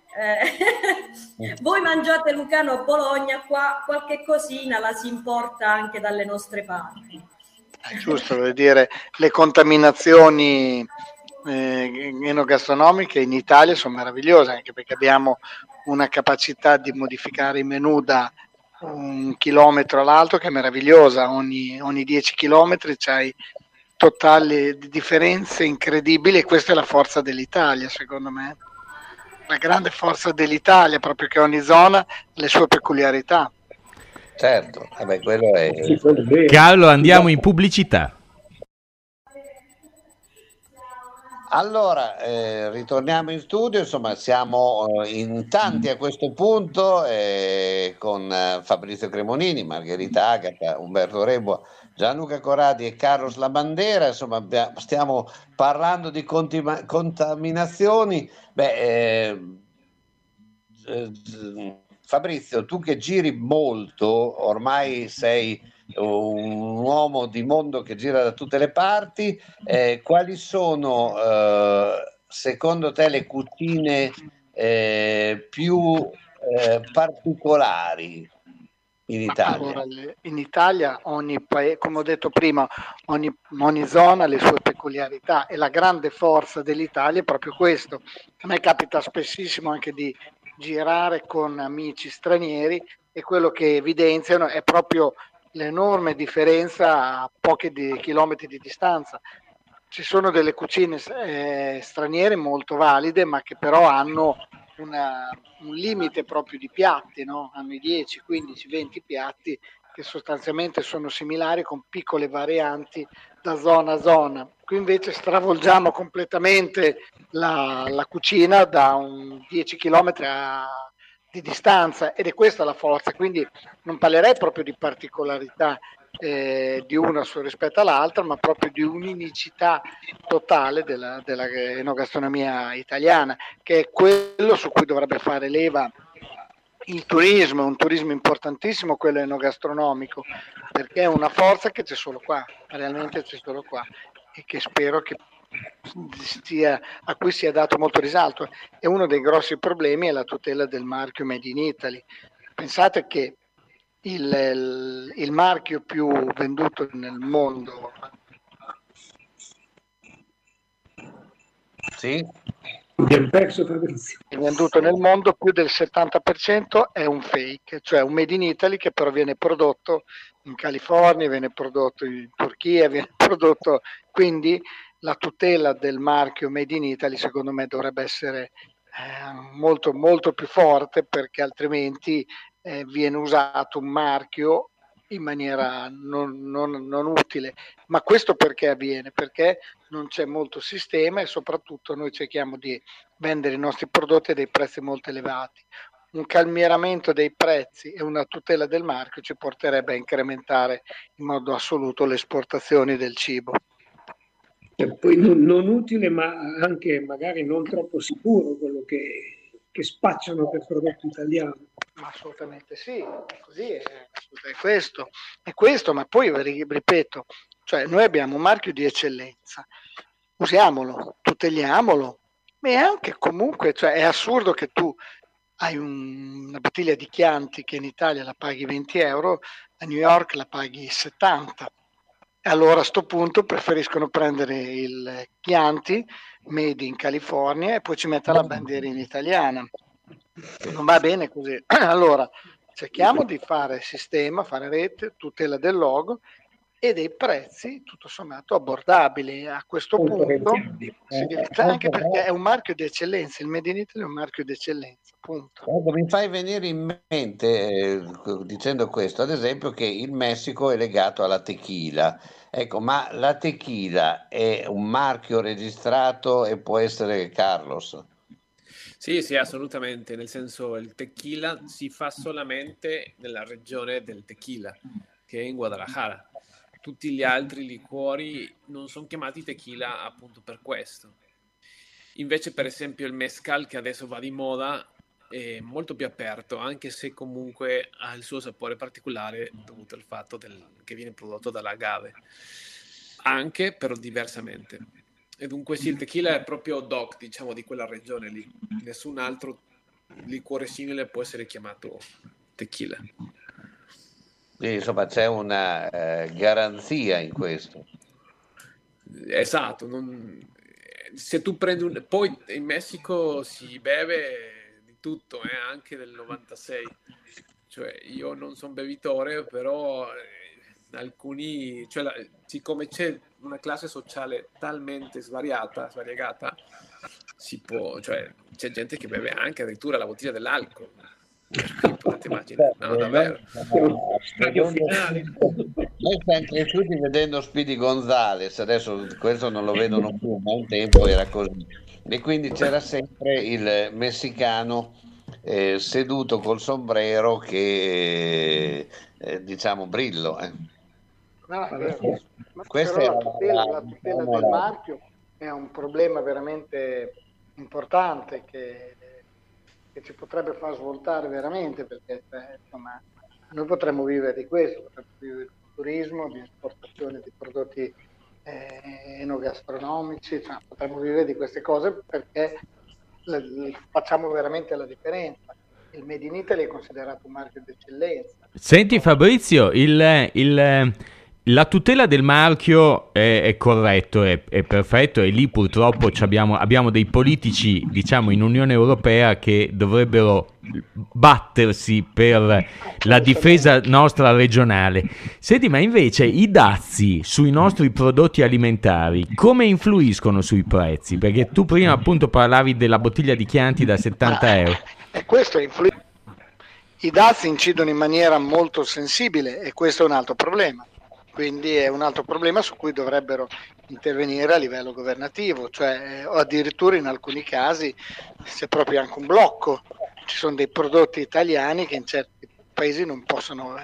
voi mangiate Lucano o Bologna, qua qualche cosina la si importa anche dalle nostre parti. È giusto, vuol dire, le contaminazioni enogastronomiche in Italia sono meravigliose, anche perché abbiamo una capacità di modificare i menù da 1 chilometro all'altro che è meravigliosa. Ogni 10 chilometri c'hai totali differenze incredibili, e questa è la forza dell'Italia, secondo me, la grande forza dell'Italia, proprio che ogni zona ha le sue peculiarità. Certo, quello è... Carlo, andiamo in pubblicità. Allora, ritorniamo in studio, insomma siamo in tanti a questo punto, con Fabrizio Cremonini, Margherita Agata, Umberto Rebua, Gianluca Corradi e Carlos Labandera, insomma stiamo parlando di contaminazioni. Fabrizio, tu che giri molto, ormai sei un uomo di mondo che gira da tutte le parti, quali sono secondo te le cucine più particolari in Italia? Allora, in Italia ogni paese, come ho detto prima, ogni zona ha le sue peculiarità, e la grande forza dell'Italia è proprio questo. A me capita spessissimo anche di girare con amici stranieri, e quello che evidenziano è proprio l'enorme differenza a pochi chilometri di distanza. Ci sono delle cucine straniere molto valide, ma che però hanno un limite proprio di piatti, no? Hanno i 10, 15, 20 piatti che sostanzialmente sono similari con piccole varianti da zona a zona. Qui invece stravolgiamo completamente la cucina da un 10 km di distanza, ed è questa la forza. Quindi non parlerei proprio di particolarità di una rispetto all'altra, ma proprio di un'unicità totale della enogastronomia italiana, che è quello su cui dovrebbe fare leva il turismo. È un turismo importantissimo quello enogastronomico, perché è una forza che c'è solo qua, realmente c'è solo qua, e che spero che a cui sia dato molto risalto. E uno dei grossi problemi è la tutela del marchio Made in Italy. Pensate che il marchio più venduto nel mondo, Sì? Abbiamo perso Fabrizio. venduto nel mondo, più del 70% è un fake, cioè un Made in Italy che però viene prodotto in California, viene prodotto in Turchia, viene prodotto. Quindi la tutela del marchio Made in Italy secondo me dovrebbe essere molto molto più forte, perché altrimenti viene usato un marchio in maniera non utile. Ma questo perché avviene? Perché non c'è molto sistema, e soprattutto noi cerchiamo di vendere i nostri prodotti a dei prezzi molto elevati. Un calmieramento dei prezzi e una tutela del marchio ci porterebbe a incrementare in modo assoluto le esportazioni del cibo. Poi non utile, ma anche magari non troppo sicuro quello che spacciano per prodotto italiano. Ma assolutamente sì, così è questo, ma poi ripeto, cioè noi abbiamo un marchio di eccellenza, usiamolo, tuteliamolo, ma è anche comunque, cioè è assurdo che tu hai una bottiglia di Chianti che in Italia la paghi 20 euro, a New York la paghi 70. E allora a sto punto preferiscono prendere il Chianti made in California e poi ci mettere la bandierina italiana. Non va bene così. Allora cerchiamo di fare sistema, fare rete, tutela del logo e dei prezzi tutto sommato abbordabili. A questo punto anche perché è un marchio di eccellenza, il Made in Italy è un marchio di eccellenza, punto. Mi fai venire in mente, dicendo questo, ad esempio, che il Messico è legato alla tequila. Ecco, ma la tequila è un marchio registrato e può essere Carlos? Sì, sì, assolutamente, nel senso il tequila si fa solamente nella regione del tequila, che è in Guadalajara. Tutti gli altri liquori non sono chiamati tequila appunto per questo. Invece, per esempio, il mezcal, che adesso va di moda, è molto più aperto, anche se comunque ha il suo sapore particolare dovuto al fatto che viene prodotto dall'agave, anche però diversamente. E dunque sì, il tequila è proprio DOC, diciamo, di quella regione lì. Nessun altro liquore simile può essere chiamato tequila. Quindi, insomma, c'è una garanzia in questo. Esatto. Se tu prendi poi in Messico si beve di tutto, anche del 96. Cioè, io non sono bevitore, però alcuni, cioè, siccome c'è una classe sociale talmente svariegata, cioè, c'è gente che beve anche addirittura la bottiglia dell'alcol. Potete immaginare, no, davvero. Stadio finale. Noi siamo cresciuti vedendo Speedy Gonzales, adesso questo non lo vedono più, ma un tempo era così. E quindi c'era sempre il messicano seduto col sombrero che diciamo brillo. No, è vero. Però la tutela del marchio è un problema veramente importante che ci potrebbe far svoltare veramente, perché insomma, noi potremmo vivere di questo, potremmo vivere di turismo, di esportazione di prodotti enogastronomici, cioè, potremmo vivere di queste cose, perché facciamo veramente la differenza. Il Made in Italy è considerato un marchio d'eccellenza. Senti Fabrizio, La tutela del marchio è corretto, è perfetto, e lì purtroppo abbiamo dei politici, diciamo, in Unione Europea che dovrebbero battersi per la difesa nostra regionale. Senti, ma invece i dazi sui nostri prodotti alimentari come influiscono sui prezzi? Perché tu prima appunto parlavi della bottiglia di Chianti da 70 euro. E questo i dazi incidono in maniera molto sensibile e questo è un altro problema. Quindi è un altro problema su cui dovrebbero intervenire a livello governativo, cioè o addirittura in alcuni casi c'è proprio anche un blocco. Ci sono dei prodotti italiani che in certi paesi non possono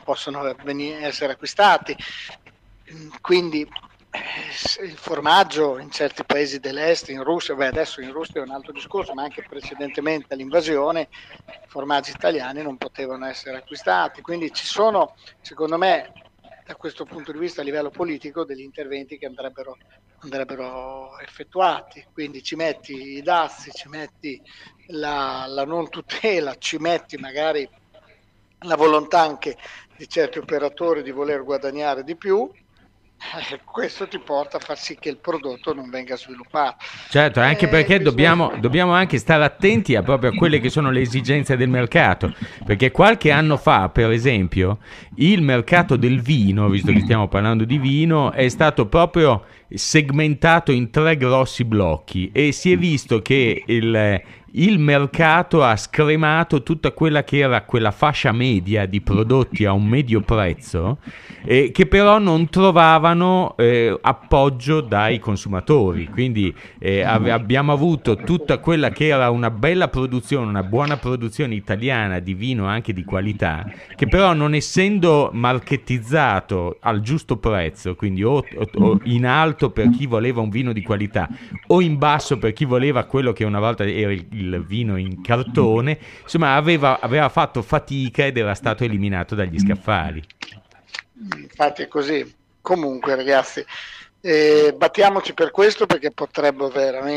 essere acquistati. Quindi il formaggio in certi paesi dell'est, in Russia, adesso in Russia è un altro discorso, ma anche precedentemente all'invasione i formaggi italiani non potevano essere acquistati. Quindi ci sono, secondo me, da questo punto di vista a livello politico degli interventi che andrebbero effettuati. Quindi ci metti i dazi, ci metti la non tutela, ci metti magari la volontà anche di certi operatori di voler guadagnare di più. Questo ti porta a far sì che il prodotto non venga sviluppato. Certo, anche perché dobbiamo anche stare attenti proprio a quelle che sono le esigenze del mercato, perché qualche anno fa, per esempio, il mercato del vino, visto che stiamo parlando di vino, è stato proprio segmentato in 3 grossi blocchi e si è visto che il mercato ha scremato tutta quella che era quella fascia media di prodotti a un medio prezzo, che però non trovavano appoggio dai consumatori. Quindi abbiamo avuto tutta quella che era una bella produzione, una buona produzione italiana di vino anche di qualità, che però non essendo markettizzato al giusto prezzo, quindi o in alto per chi voleva un vino di qualità o in basso per chi voleva quello che una volta era il vino in cartone, insomma aveva fatto fatica ed era stato eliminato dagli scaffali. Infatti è così. Comunque ragazzi, battiamoci per questo, perché potremmo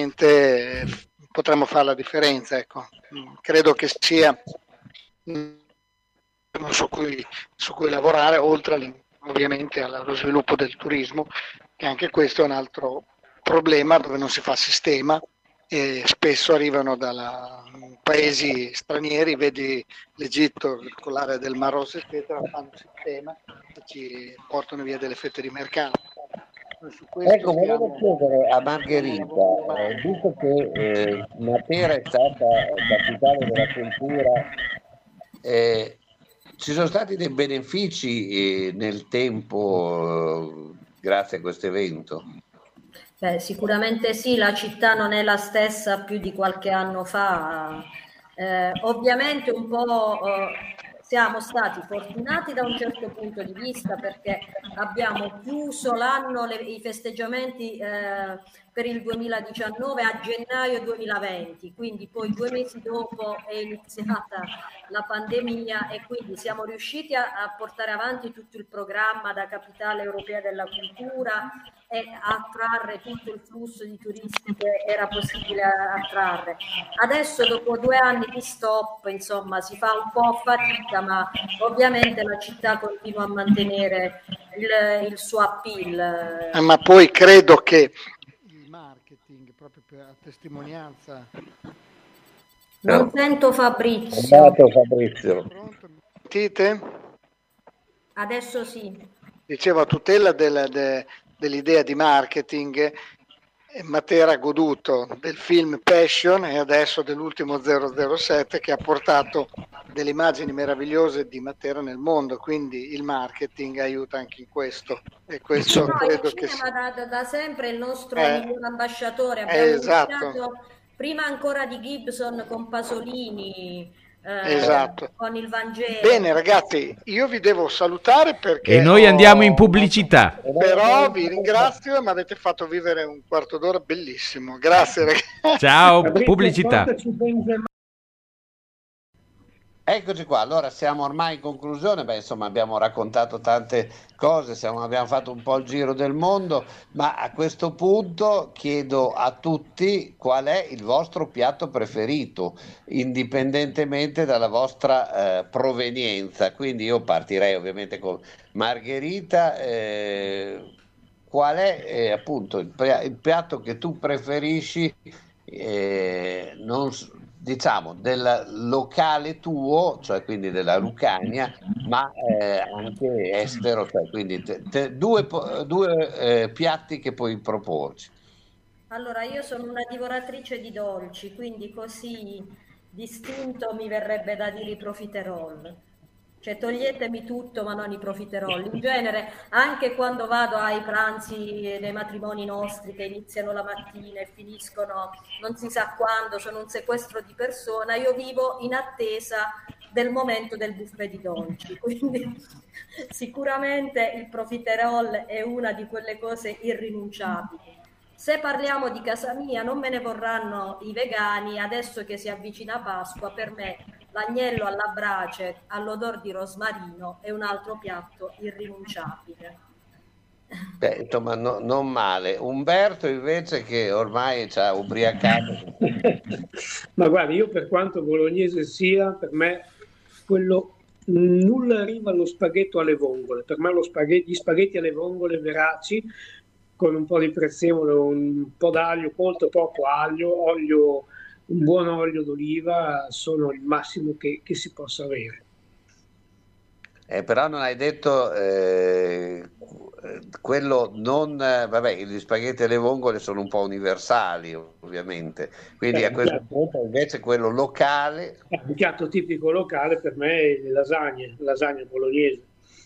fare la differenza, ecco. Credo che sia su cui lavorare, oltre ovviamente allo sviluppo del turismo, che anche questo è un altro problema dove non si fa sistema e spesso arrivano da paesi stranieri, vedi l'Egitto con l'area del Mar Rosso eccetera, fanno sistema e ci portano via delle fette di mercato. Ecco, volevo chiedere a Margherita, visto che Matera è stata capitale della cultura, ci sono stati dei benefici nel tempo grazie a questo evento? Beh, sicuramente sì, la città non è la stessa più di qualche anno fa. Ovviamente un po' siamo stati fortunati da un certo punto di vista, perché abbiamo chiuso l'anno, i festeggiamenti per il 2019 a gennaio 2020, quindi poi 2 mesi dopo è iniziata la pandemia e quindi siamo riusciti a portare avanti tutto il programma da capitale europea della cultura e a attrarre tutto il flusso di turisti che era possibile attrarre. Adesso dopo 2 anni di stop, insomma, si fa un po' fatica, ma ovviamente la città continua a mantenere il suo appeal. Ma poi credo che il marketing, proprio per testimonianza. Non sento Fabrizio. Sentite? Adesso sì. Dicevo, a tutela dell'idea di marketing, Matera ha goduto del film Passion e adesso dell'ultimo 007, che ha portato delle immagini meravigliose di Matera nel mondo, quindi il marketing aiuta anche in questo. E questo credo il che cinema da sempre è il nostro miglior ambasciatore. Abbiamo iniziato prima ancora di Gibson con Pasolini, con il Vangelo. Bene ragazzi, io vi devo salutare perché e noi andiamo in pubblicità, però vi ringrazio e mi avete fatto vivere un quarto d'ora bellissimo. Grazie ragazzi. Ciao, pubblicità. Eccoci qua, allora siamo ormai in conclusione, insomma abbiamo raccontato tante cose, abbiamo fatto un po' il giro del mondo, ma a questo punto chiedo a tutti qual è il vostro piatto preferito, indipendentemente dalla vostra provenienza. Quindi io partirei ovviamente con Margherita. Qual è appunto il piatto che tu preferisci? Non, diciamo del locale tuo, cioè quindi della Lucania, ma anche estero, cioè quindi due piatti che puoi proporci. Allora, io sono una divoratrice di dolci, quindi così distinto mi verrebbe da dire i profiterol. Cioè, toglietemi tutto, ma non i profiterol. In genere, anche quando vado ai pranzi dei matrimoni nostri che iniziano la mattina e finiscono non si sa quando, sono un sequestro di persona, io vivo in attesa del momento del buffet di dolci. Quindi sicuramente il profiterol è una di quelle cose irrinunciabili. Se parliamo di casa mia, non me ne vorranno i vegani, adesso che si avvicina Pasqua, per me l'agnello alla brace all'odor di rosmarino è un altro piatto irrinunciabile. Beh, insomma, non male. Umberto invece che ormai ci ha ubriacato. Ma guarda, io per quanto bolognese sia, per me quello nulla arriva allo spaghetto alle vongole. Per me gli spaghetti alle vongole veraci con un po' di prezzemolo, un po' d'aglio, molto poco aglio, olio, un buon olio d'oliva sono il massimo che si possa avere. Però non hai detto quello non, vabbè, gli spaghetti alle vongole sono un po' universali ovviamente, quindi a questo punto invece quello locale. Un piatto tipico locale per me è le lasagne bolognese.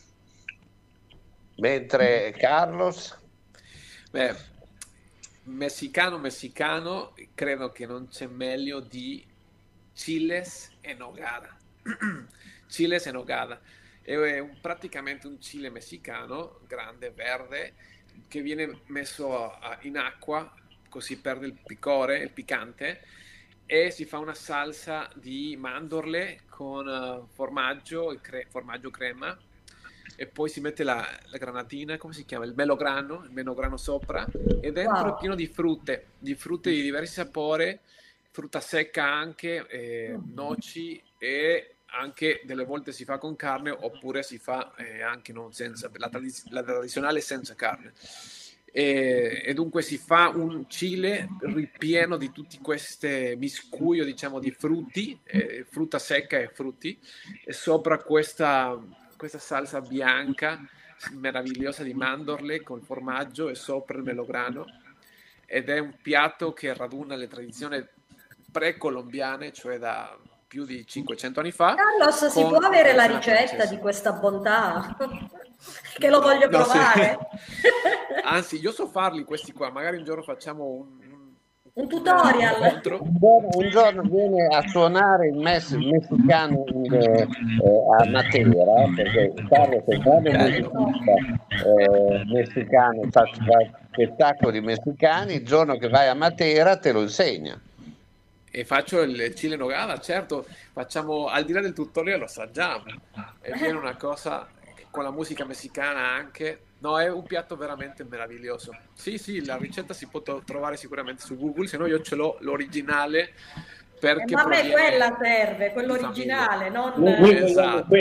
Mentre Carlos? Beh, messicano, credo che non c'è meglio di chiles en nogada. Chiles en nogada. È praticamente un chile messicano, grande, verde, che viene messo in acqua, così perde il picore, il piccante, e si fa una salsa di mandorle con formaggio, formaggio crema, e poi si mette la granatina, come si chiama? Il melograno sopra, e dentro è pieno di frutte di diversi sapori, frutta secca anche, noci, e anche delle volte si fa con carne, oppure si fa anche non senza, la tradizionale senza carne. E dunque si fa un chile ripieno di tutti queste miscuglio, diciamo, di frutti, frutta secca e frutti, e sopra questa salsa bianca meravigliosa di mandorle con formaggio e sopra il melograno, ed è un piatto che raduna le tradizioni precolombiane, cioè da più di 500 anni fa. Carlos, si può avere la ricetta di questa bontà? Che lo voglio provare. Sì. Anzi, io so farli questi qua, magari un giorno facciamo un tutorial. Un giorno viene a suonare il messicano a Matera, perché Carlo è un grande musicista messicano, fa spettacoli messicani. Il giorno che vai a Matera te lo insegna. E faccio il chile nogada, certo, facciamo, al di là del tutorial lo assaggiamo, e viene una cosa con la musica messicana anche. No, è un piatto veramente meraviglioso. Sì, la ricetta si può trovare sicuramente su Google, se no io ce l'ho l'originale, perché ma a me quella serve, quell'originale, non... Esatto.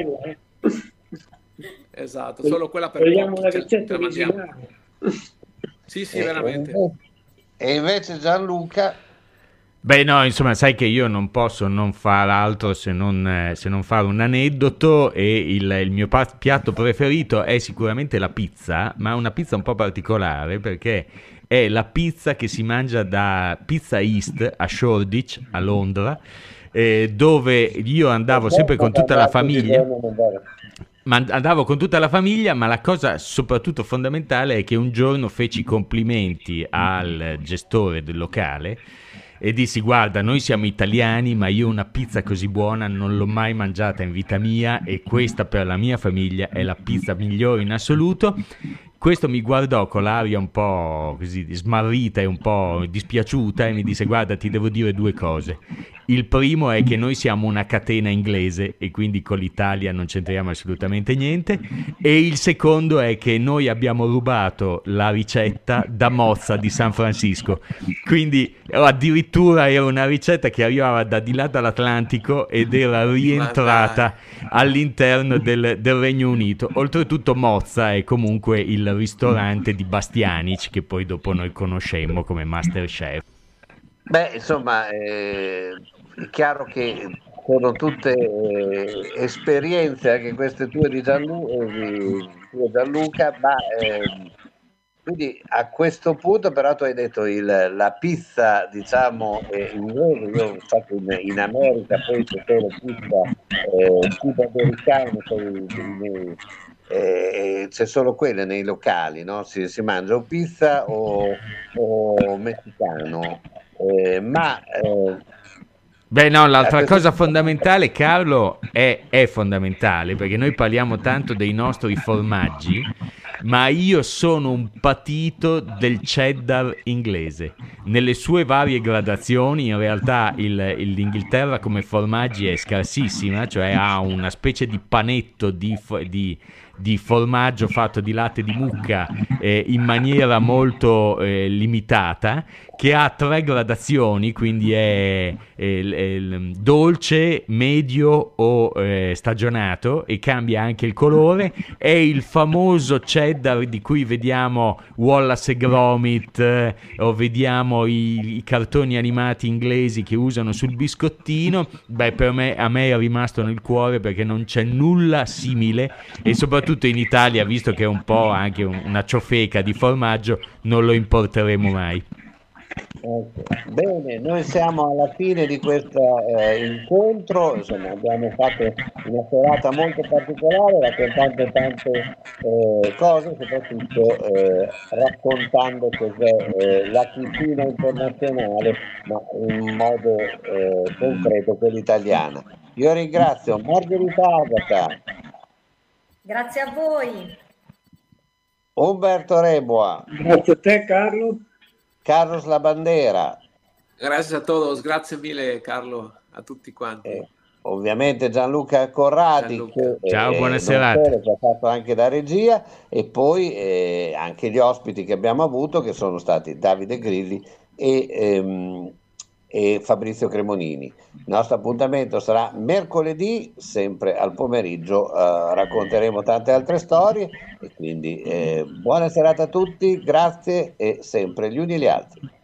Esatto, solo quella per vogliamo la ricetta originale. Sì, veramente. E invece Gianluca... Beh no, insomma, sai che io non posso non far altro se non fare un aneddoto, e il mio piatto preferito è sicuramente la pizza, ma una pizza un po' particolare, perché è la pizza che si mangia da Pizza East a Shoreditch, a Londra, dove io andavo sempre con tutta la famiglia. Andavo con tutta la famiglia, ma la cosa soprattutto fondamentale è che un giorno feci complimenti al gestore del locale e dissi: guarda, noi siamo italiani, ma io una pizza così buona non l'ho mai mangiata in vita mia, e questa per la mia famiglia è la pizza migliore in assoluto. Questo mi guardò con l'aria un po' così smarrita e un po' dispiaciuta, e mi disse: guarda, ti devo dire due cose. Il primo è che noi siamo una catena inglese e quindi con l'Italia non c'entriamo assolutamente niente, e il secondo è che noi abbiamo rubato la ricetta da Mozza di San Francisco, quindi addirittura era una ricetta che arrivava da di là dall'Atlantico ed era rientrata all'interno del Regno Unito. Oltretutto Mozza è comunque il ristorante di Bastianic, che poi dopo noi conoscemmo come Masterchef. Beh, insomma, è chiaro che sono tutte esperienze, anche queste tue di Gianluca, ma quindi a questo punto però tu hai detto la pizza, diciamo, inglese. Io ho fatto in America, poi c'è solo pizza tipo americano, c'è solo quelle nei locali, no? Si mangia o pizza o messicano. Beh no, l'altra cosa fondamentale, Carlo, è fondamentale, perché noi parliamo tanto dei nostri formaggi, ma io sono un patito del cheddar inglese, nelle sue varie gradazioni. In realtà l'Inghilterra come formaggi è scarsissima, cioè ha una specie di panetto di formaggio fatto di latte di mucca in maniera molto limitata, che ha 3 gradazioni, quindi è dolce, medio o stagionato, e cambia anche il colore. È il famoso cheddar di cui vediamo Wallace e Gromit, o vediamo i cartoni animati inglesi che usano sul biscottino. Beh, a me è rimasto nel cuore, perché non c'è nulla simile, e soprattutto in Italia, visto che è un po' anche una ciofeca di formaggio, non lo importeremo mai. Bene, noi siamo alla fine di questo incontro. Insomma, abbiamo fatto una serata molto particolare, raccontando tante cose, soprattutto raccontando cos'è la cucina internazionale, ma in modo concreto quella italiana. Io ringrazio Margherita Agata, Grazie a voi. Umberto Rebua, Grazie a te, Carlo. Carlos Labandera. Grazie a todos, grazie mille Carlo, a tutti quanti. Ovviamente Gianluca Corradi, che ciao, buona serata, che ha fatto anche la regia, e poi anche gli ospiti che abbiamo avuto, che sono stati Davide Grilli e Fabrizio Cremonini. Il nostro appuntamento sarà mercoledì, sempre al pomeriggio. Racconteremo tante altre storie, e quindi buona serata a tutti, grazie, e sempre gli uni e gli altri.